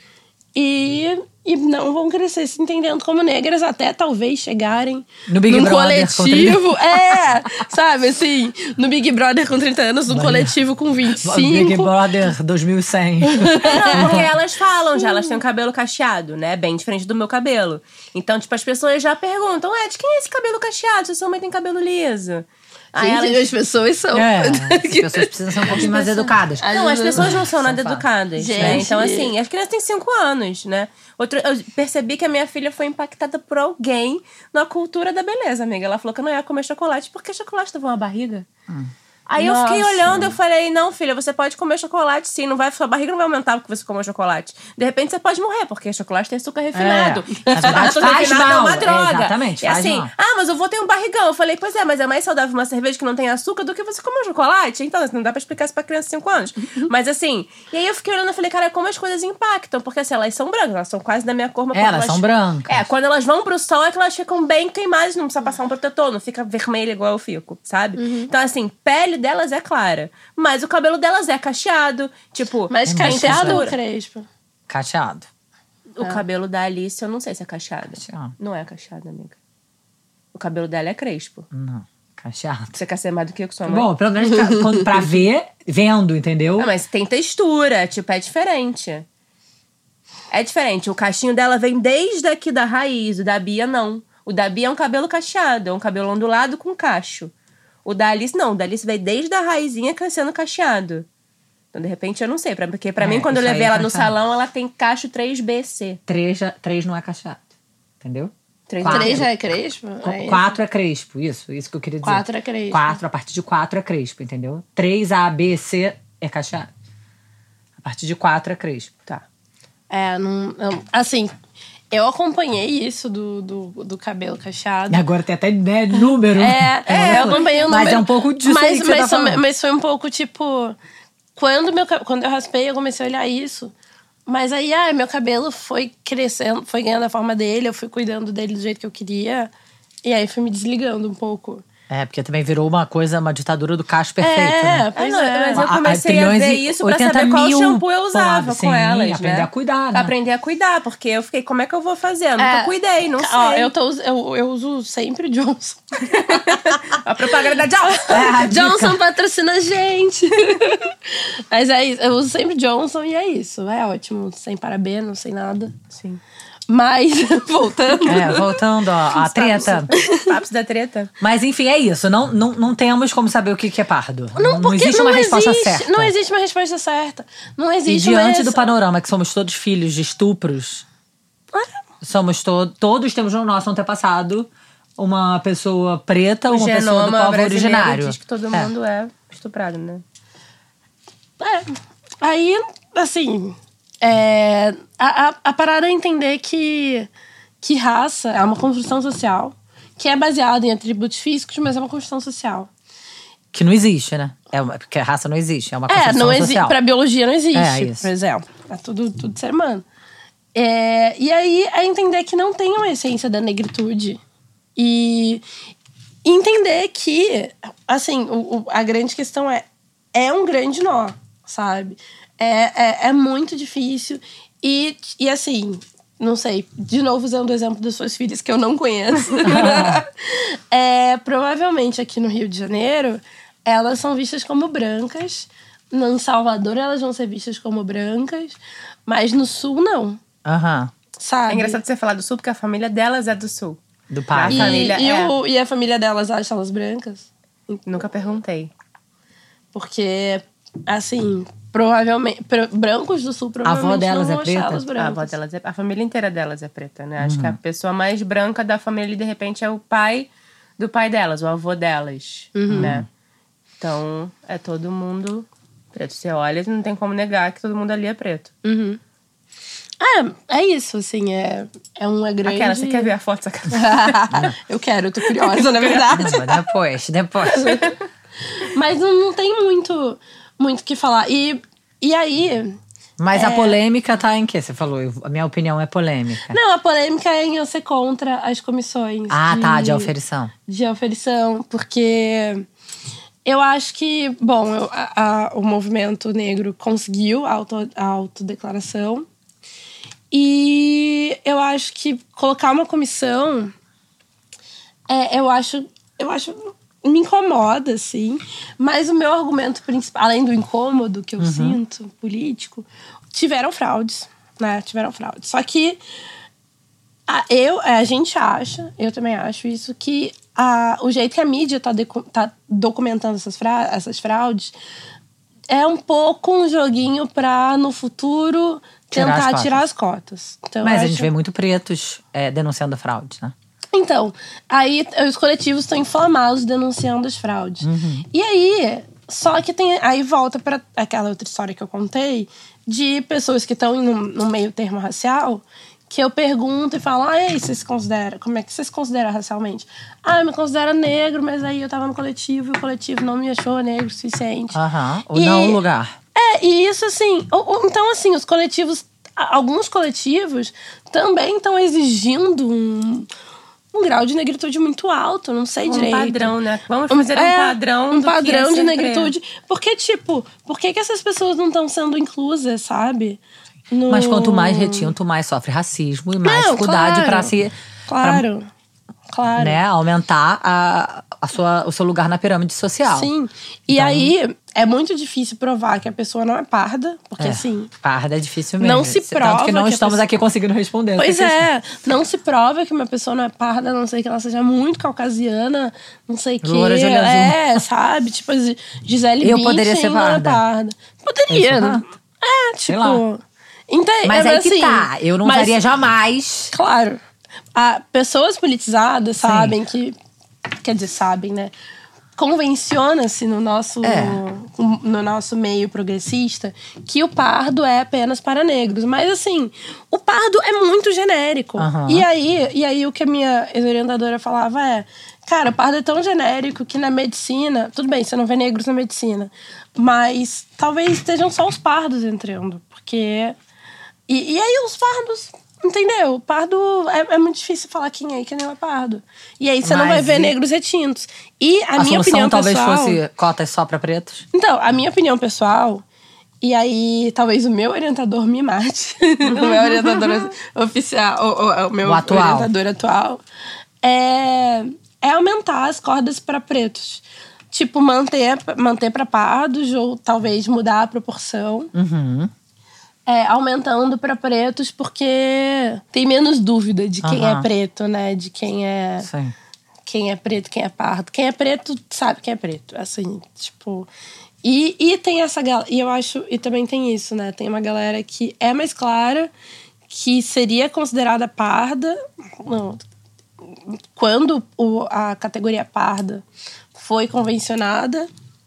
E, e não vão crescer se entendendo como negras até talvez chegarem no Big num Brother coletivo. É, sabe, assim, no Big Brother com trinta anos, num coletivo com vinte e cinco. Big Brother dois mil e cem. Não, porque elas falam já, elas têm o cabelo cacheado, né? Bem diferente do meu cabelo. Então, tipo, as pessoas já perguntam: é, de quem é esse cabelo cacheado? Se sua mãe tem cabelo liso. Aí Gente, elas... as pessoas são. É, as pessoas precisam ser um pouquinho mais educadas. Não, as pessoas não são nada São educadas, Gente. né? Então, assim, as crianças têm cinco anos, né? Outro, eu percebi que a minha filha foi impactada por alguém na cultura da beleza, amiga. Ela falou que eu não ia comer chocolate porque chocolate dava uma barriga. Hum. Aí Nossa. eu fiquei olhando, eu falei, não, filha, você pode comer chocolate sim, não vai, sua barriga não vai aumentar porque você comeu chocolate. De repente você pode morrer, porque chocolate tem açúcar refinado. É. E açúcar faz refinado mal. é uma droga. É, exatamente, E faz assim, mal. ah, mas eu vou ter um barrigão. Eu falei, pois é, mas é mais saudável uma cerveja que não tem açúcar do que você comer um chocolate. Então, não dá pra explicar isso pra criança de cinco anos. Mas assim, e aí eu fiquei olhando e falei, cara, como as coisas impactam. Porque assim, elas são brancas, elas são quase da minha cor. Mas É, quando elas são brancas. É, quando elas vão pro sol é que elas ficam bem queimadas, não precisa passar um protetor, não fica vermelha igual eu fico, sabe? Uhum. Então assim, pele delas é clara. Mas o cabelo delas é cacheado. Tipo, Mas É cacheado muito ou crespo? Cacheado. o cabelo da Alice, eu não sei se é cacheado. Cacheado. Não é cacheado, amiga. O cabelo dela é crespo. Não, cacheado. Você quer ser mais do que eu com sua mãe? Bom, pelo menos pra, quando- pra ver, vendo, entendeu? Ah, mas tem textura, tipo, é diferente. É diferente. O cachinho dela vem desde aqui da raiz, o da Bia não. O da Bia é um cabelo cacheado, é um cabelo ondulado com cacho. O da Alice não, o da Alice veio desde a raizinha crescendo cacheado. Então, de repente, eu não sei. Pra, porque pra É, mim, quando eu isso aí levei é ela no cacheado. salão, ela tem cacho três B C. Três, já- três não é cacheado, entendeu? Três Quatro. Três já é crespo? Qu- É isso. Quatro é crespo, isso, isso que eu queria dizer. Quatro é crespo. Quatro, a partir de quatro é crespo, entendeu? Três, A, B, C é cacheado. A partir de quatro é crespo. Tá. É, não, não- assim, eu acompanhei isso do, do, do cabelo cacheado. E agora tem até né, número. É, é, eu acompanhei o número. Mas é um pouco disso mas, aí que você mas, tá falando. mas foi um pouco, tipo... Quando, meu, ca- quando eu raspei, eu comecei a olhar isso. Mas aí, ah, meu cabelo foi crescendo, foi ganhando a forma dele. Eu fui cuidando dele do jeito que eu queria. E aí, fui me desligando um pouco. É, porque também virou uma coisa, uma ditadura do cacho perfeito, é, né? É, pois não, é. mas eu A- a comecei a, trilhões ver e isso pra oitenta saber qual mil shampoo eu usava pode, com sim, elas, aprender né? a cuidar, né? Aprender a cuidar, porque eu fiquei, como é que eu vou fazer? Eu nunca É, cuidei, não sei. Ó, eu, tô, us- eu, eu uso sempre Johnson. A propaganda da Johnson. É, a dica. Johnson patrocina a gente. Mas é isso, eu uso sempre Johnson e é isso. É ótimo, sem parabeno, sem nada. Sim. Mas, voltando. É, voltando, ó, a treta. Papos da treta. Mas enfim, é isso. Não, não, não temos como saber o que que é pardo. Não, porque existe uma resposta existe, certa. Não existe uma resposta certa. Não E existe uma diante res- do panorama que somos todos filhos de estupros, somos to todos temos no nosso antepassado uma pessoa preta, O uma pessoa do genoma povo brasileiro originário. diz que todo É. mundo é estuprado, né? É. Aí, assim, é, a, a, a parada é entender que, que raça é uma construção social que é baseada em atributos físicos, mas é uma construção social. Que não existe, né? É uma, porque a raça não existe, é uma É, construção não existe. social. Pra biologia não existe, É, isso. por exemplo. É tudo, tudo ser humano. É, e aí é entender que não tem uma essência da negritude. E entender que, assim, o, o- a grande questão é: é um grande nó, sabe? É, é, é muito difícil. E, e assim, não sei, de novo usando o exemplo das suas filhas que eu não conheço. é, provavelmente aqui no Rio de Janeiro, elas são vistas como brancas. Em Salvador, elas vão ser vistas como brancas. Mas no Sul, não. Aham. Sabe? É engraçado você falar do Sul, porque a família delas é do Sul. Do pai. E, A família e, é. o- e a família delas acha elas brancas? Nunca perguntei. Porque, assim, provavelmente... pro- brancos do Sul provavelmente delas não é vão preta? achá-las A brancas. avó delas é, a família inteira delas é preta, né? Acho que a pessoa mais branca da família, de repente, é o pai do pai delas, o avô delas, né? Então, é todo mundo preto. Você olha e não tem como negar que todo mundo ali é preto. Uhum. É, é isso, assim, é, é uma grande... Aquela, você quer ver a foto? Sacanagem. Eu quero, eu tô curiosa, na verdade. Não, depois, depois. Mas não, não tem muito muito o que falar. E, e aí, Mas a polêmica tá em quê? Você falou, eu- a minha opinião é polêmica. Não, a polêmica é em eu ser contra as comissões. Ah, tá, de auferição. De auferição, porque eu acho que, bom, eu- a- a- o movimento negro conseguiu a, auto, a autodeclaração. E eu acho que colocar uma comissão, é, eu acho, eu acho, me incomoda, assim. Mas o meu argumento principal, além do incômodo que eu Uhum. sinto, político, tiveram fraudes, né? Tiveram fraudes. Só que a, eu, a gente acha, eu também acho isso, que a, o jeito que a mídia tá, decu- tá documentando essas, fra, essas fraudes é um pouco um joguinho pra, no futuro, Tirar as tentar cotas. tirar as cotas. Então, Mas eu a gente acho- vê muito pretos é, denunciando fraude, né? Então, aí os coletivos estão inflamados denunciando as fraudes. E aí, só que tem. Aí volta pra aquela outra história que eu contei de pessoas que estão no, no meio termo racial, que eu pergunto e falo, ah, e aí, vocês se consideram? Como é que vocês se consideram racialmente? Ah, eu me considero negro, mas aí eu tava no coletivo e o coletivo não me achou negro o suficiente. Aham. Ou E- não o lugar. É, e isso assim. ou- ou- então, assim, os coletivos. a- Alguns coletivos também estão exigindo um, um grau de negritude muito alto, não sei Um direito. padrão, né? Vamos fazer um é, padrão Um do que é padrão de ser negritude. Porque, tipo, por que, que essas pessoas não estão sendo inclusas, sabe? No- Mas quanto mais retinto, mais sofre racismo e mais Não, dificuldade claro, pra se. Claro. Claro. Né, aumentar a, a sua, o seu lugar na pirâmide social. Sim. E Então- aí, é muito difícil provar que a pessoa não é parda, porque É, assim. parda é difícil mesmo. Não se Tanto prova que não que a estamos pessoa- aqui conseguindo responder. essa Pois questão. é, não se prova que uma pessoa não é parda, a não sei que ela seja muito caucasiana, não sei o quê. Loura de olho azul. É, sabe? Tipo, a Gisele Eu Bündchen poderia ser não é parda. parda. Eu Poderia. sou parda. É, Sei tipo. lá. Entende? Mas é, aí que assim, tá. Eu não mas, usaria jamais. Claro. A, pessoas politizadas sabem que. Quer dizer, sabem, né? Convenciona-se no nosso, É. no nosso meio progressista que o pardo é apenas para negros. Mas, assim, o pardo é muito genérico. Aham. E, aí, e aí, o que a minha ex-orientadora falava é... Cara, o pardo é tão genérico que na medicina... Tudo bem, você não vê negros na medicina. Mas talvez estejam só os pardos entrando. Porque... E, e aí, os pardos... Entendeu? Pardo é, é muito difícil falar quem é e quem não é pardo. E aí você não vai Mas ver e- negros retintos. E a, A minha solução opinião talvez pessoal. fosse cotas só pra pretos. Então, a minha opinião pessoal. E aí, talvez o meu orientador me mate. O meu orientador oficial. O, o, o meu O atual. orientador atual. É, é aumentar as cordas para pretos. Tipo, manter, manter para pardos ou talvez mudar a proporção. Uhum. É, aumentando para pretos porque tem menos dúvida de quem Aham. é preto, né? De quem é Sim. quem é preto, quem é pardo. Quem é preto sabe quem é preto, assim, tipo... E, e tem essa galera... E eu acho... E também tem isso, né? Tem uma galera que é mais clara, que seria considerada parda... Não, quando o, a categoria parda foi convencionada...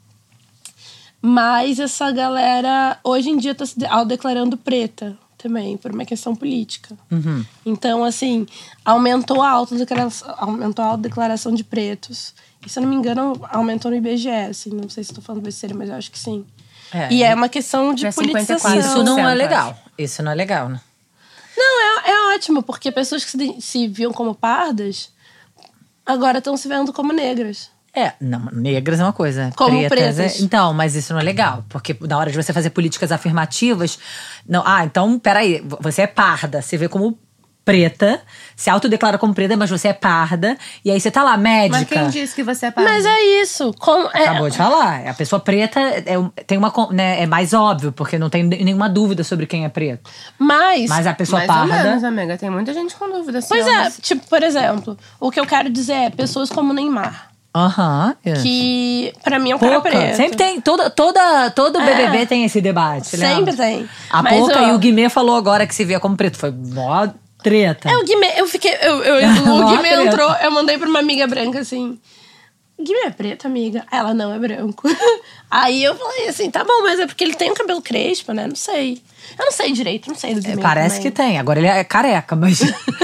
Mas essa galera, hoje em dia, tá se autodeclarando preta também, por uma questão política. Uhum. Então, assim, aumentou a autodeclaração, aumentou a autodeclaração de pretos. E, se eu não me engano, aumentou no I B G E, assim. Não sei se estou falando besteira, mas eu acho que sim. É. E é uma questão de É cinquenta e quatro. politização. Isso não é acho. legal. Isso não é legal, né? Não, é, é ótimo, porque pessoas que se, se viam como pardas, agora estão se vendo como negras. É, não, negras é uma coisa. Como pretas. pretas. É, então, mas isso não é legal. Porque na hora de você fazer políticas afirmativas. Não, ah, então, peraí, você é parda, você vê como preta, se autodeclara como preta, mas você é parda. E aí você tá lá, médica. Mas quem disse que você é parda? Mas é isso. Como, é, Acabou de falar. A pessoa preta é, um- tem uma, con- né, é mais óbvio, porque não tem nenhuma dúvida sobre quem é preto. mas, Mas a pessoa Mais ou parda. menos, amiga. Tem muita gente com dúvida. assim, Pois ó, é, mas- tipo, por exemplo, o que eu quero dizer é pessoas como Neymar. Aham. isso. Que, pra mim, é um cara Pouca. preto. Sempre tem. Toda, toda, todo B B B É. tem esse debate. Sempre lembra? tem. A Mas, Pouca ó, e o Guimê falou agora que se via como preto. Foi mó treta. É, o Guimê, eu fiquei. Eu, eu, o Mó Guimê treta. entrou, eu mandei pra uma amiga branca assim. Guimê é preto, amiga? Ela não é branco. Aí eu falei assim: tá bom, mas é porque ele tem um cabelo crespo, né? Não sei. Eu não sei direito, não sei do Guimê. Parece também. que tem. Agora ele é careca, mas.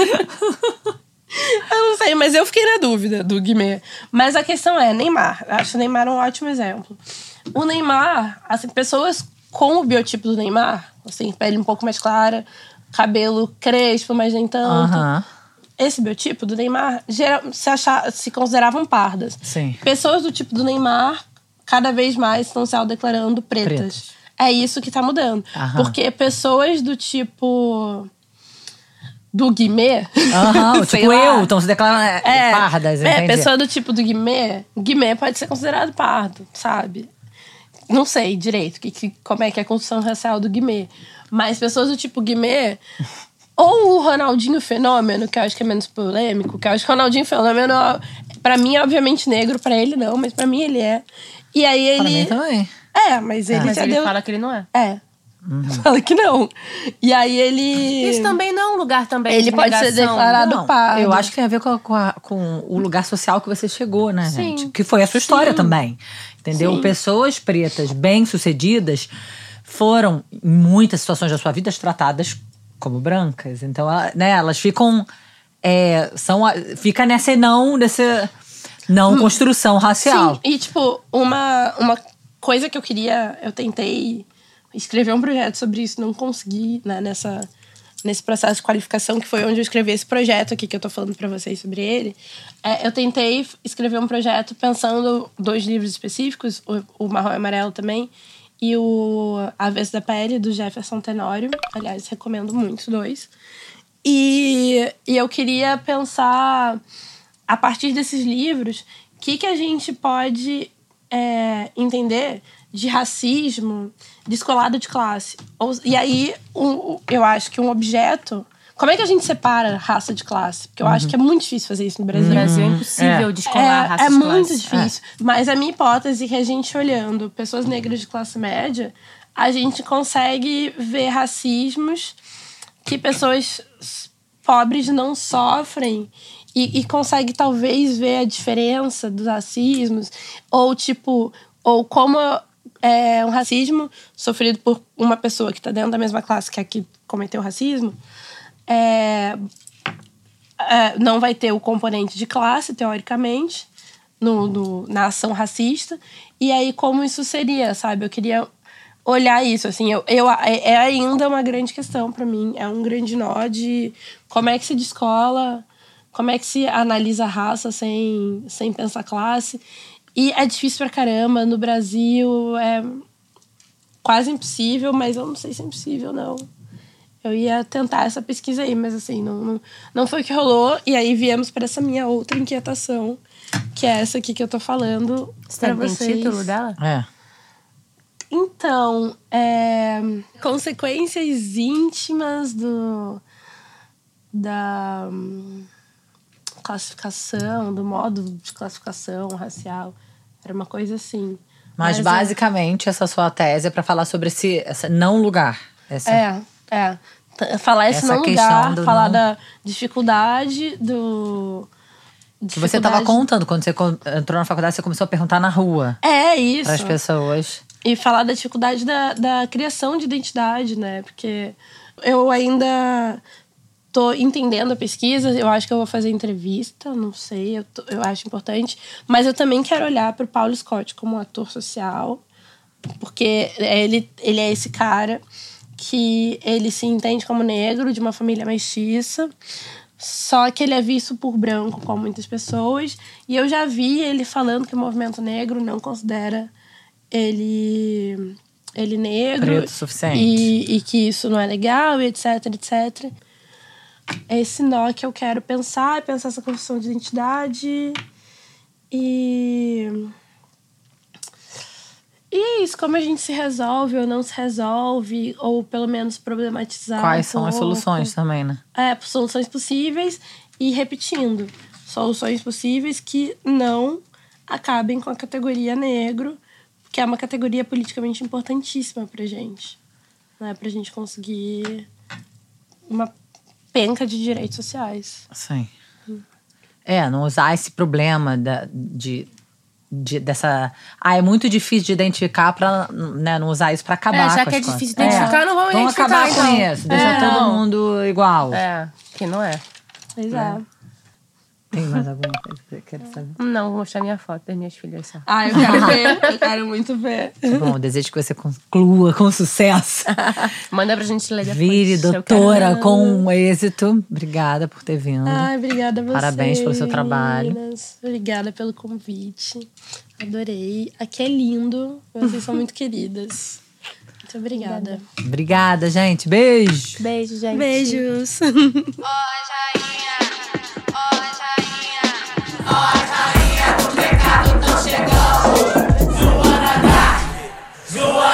Eu não sei, mas eu fiquei na dúvida do Guimê. Mas a questão é, Neymar. Eu acho o Neymar um ótimo exemplo. O Neymar, assim, pessoas com o biotipo do Neymar, assim, pele um pouco mais clara, cabelo crespo, mas nem tanto. Aham. Esse biotipo do Neymar geral, se, achar, se consideravam pardas. Sim. Pessoas do tipo do Neymar, cada vez mais estão se autodeclarando pretas. Pretas. É isso que tá mudando. Aham. Porque pessoas do tipo... do Guimê... Aham, sei tipo lá. eu, então se declaram é, pardas, É, entendi. pessoa do tipo do Guimê... Guimê pode ser considerado pardo, sabe? Não sei direito que, que, como é que é a construção racial do Guimê. Mas pessoas do tipo Guimê... Ou o Ronaldinho Fenômeno, que eu acho que é menos polêmico, que eu acho que o Ronaldinho Fenômeno, pra mim, é obviamente negro, pra ele não, mas pra mim ele é. E aí ele... Pra mim também. É, mas ele Mas já ele deu... fala que ele não é. É. Uhum. Fala que não. E aí ele... Isso também não é um lugar também Ele de pode ser negação. declarado Não, pardo. eu acho que tem a ver com, a- com, a- com o lugar social que você chegou, né, Sim. gente? Que foi a sua história também. Entendeu? Sim. Pessoas pretas bem-sucedidas foram, em muitas situações da sua vida, tratadas como brancas. Então, ela- né, elas ficam. É, são, a- fica nessa não, nessa não construção racial. Sim, e tipo, uma, uma coisa que eu queria... Eu tentei escrever um projeto sobre isso, não consegui, né, nessa, nesse processo de qualificação, que foi onde eu escrevi esse projeto aqui, que eu tô falando pra vocês sobre ele. É, eu tentei escrever um projeto pensando dois livros específicos, o, o Marrom e Amarelo também, e o Avesso da Pele, do Jefferson Tenório. Aliás, recomendo muito os dois. E, e eu queria pensar, a partir desses livros, o que, que a gente pode é, entender de racismo descolado de classe. Ou- E aí, um, eu acho que um objeto... Como é que a gente separa raça de classe? Porque eu acho que é muito difícil fazer isso no Brasil. No Brasil é impossível É. descolar a raça É, é de muito classe. difícil. Mas a minha hipótese é que a gente olhando pessoas negras de classe média, a gente consegue ver racismos que pessoas pobres não sofrem e, e consegue talvez ver a diferença dos racismos ou tipo, ou como é um racismo sofrido por uma pessoa que está dentro da mesma classe que a que cometeu o racismo, é, é, não vai ter o componente de classe, teoricamente, no, no, na ação racista. E aí, como isso seria, sabe? Eu queria olhar isso, assim. Eu, eu, é ainda uma grande questão para mim. É um grande nó de como é que se descola, como é que se analisa a raça sem, sem pensar classe. E é difícil pra caramba. No Brasil é quase impossível, mas eu não sei se é impossível, não. Eu ia tentar essa pesquisa aí, mas assim, não, não, não foi o que rolou. E aí viemos para essa minha outra inquietação, que é essa aqui que eu tô falando Você pra tem vocês. título dela? É. Então, é, consequências íntimas do, da hum, classificação, do modo de classificação racial. Era uma coisa assim. Mas, Mas, basicamente, essa sua tese é pra falar sobre esse, esse não lugar. Essa, É, é. T- Falar esse Essa não questão lugar, do falar não- da dificuldade do... que você tava contando, quando você co- entrou na faculdade, você começou a perguntar na rua É isso. para as pessoas. E falar da dificuldade da, da criação de identidade, né? Porque eu ainda tô entendendo a pesquisa, eu acho que eu vou fazer entrevista, não sei, eu, tô- eu acho importante. Mas eu também quero olhar pro Paulo Scott como um ator social, porque ele, ele é esse cara que ele se entende como negro, de uma família mestiça, só que ele é visto por branco, como muitas pessoas. E eu já vi ele falando que o movimento negro não considera ele, ele negro. Preto o suficiente. E, e que isso não é legal, e etc, etcétera. É esse nó que eu quero pensar, pensar essa construção de identidade. E... E é isso, como a gente se resolve ou não se resolve, ou pelo menos problematizar. Quais um são as pouco. soluções também, né? É, soluções possíveis e repetindo. Soluções possíveis que não acabem com a categoria negro, que é uma categoria politicamente importantíssima pra gente. Né? Pra gente conseguir uma penca de direitos sociais. Sim. É, não usar esse problema da, de, de, dessa... Ah, é muito difícil de identificar pra, né, não usar isso pra acabar É, já com que é as coisas. difícil identificar, não vamos Vamos identificar, acabar então. com isso, deixar É, todo não. mundo igual. É, que não é. Pois é. Tem mais alguma coisa que você quer saber? Não, vou mostrar minha foto das minhas filhas só. Ah, eu quero ver. Eu quero muito ver. Bom, desejo que você conclua com sucesso. Manda pra gente ler depois. Vire Eu doutora quero- com êxito. Obrigada por ter vindo. Ai, obrigada a vocês. Parabéns pelo seu trabalho. Meninas. Obrigada pelo convite. Adorei. Aqui é lindo. Vocês são muito queridas. Muito obrigada. Obrigada, gente. Beijo. Beijo, gente. Beijos.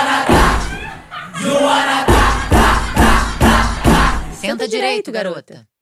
Senta direito, garota.